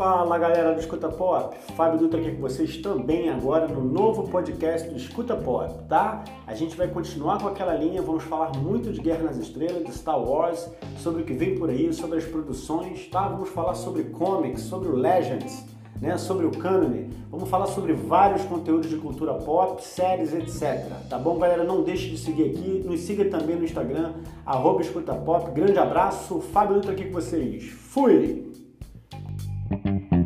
Fala galera do Escuta Pop, Fábio Dutra aqui com vocês também agora no novo podcast do Escuta Pop, tá? A gente vai continuar com aquela linha, vamos falar muito de Guerra nas Estrelas, de Star Wars, sobre o que vem por aí, sobre as produções, tá? Vamos falar sobre comics, sobre o Legends, né? Sobre o cânone, vamos falar sobre vários conteúdos de cultura pop, séries, etc. Tá bom, galera? Não deixe de seguir aqui, nos siga também no Instagram, @escutapop. Grande abraço, Fábio Dutra aqui com vocês. Fui!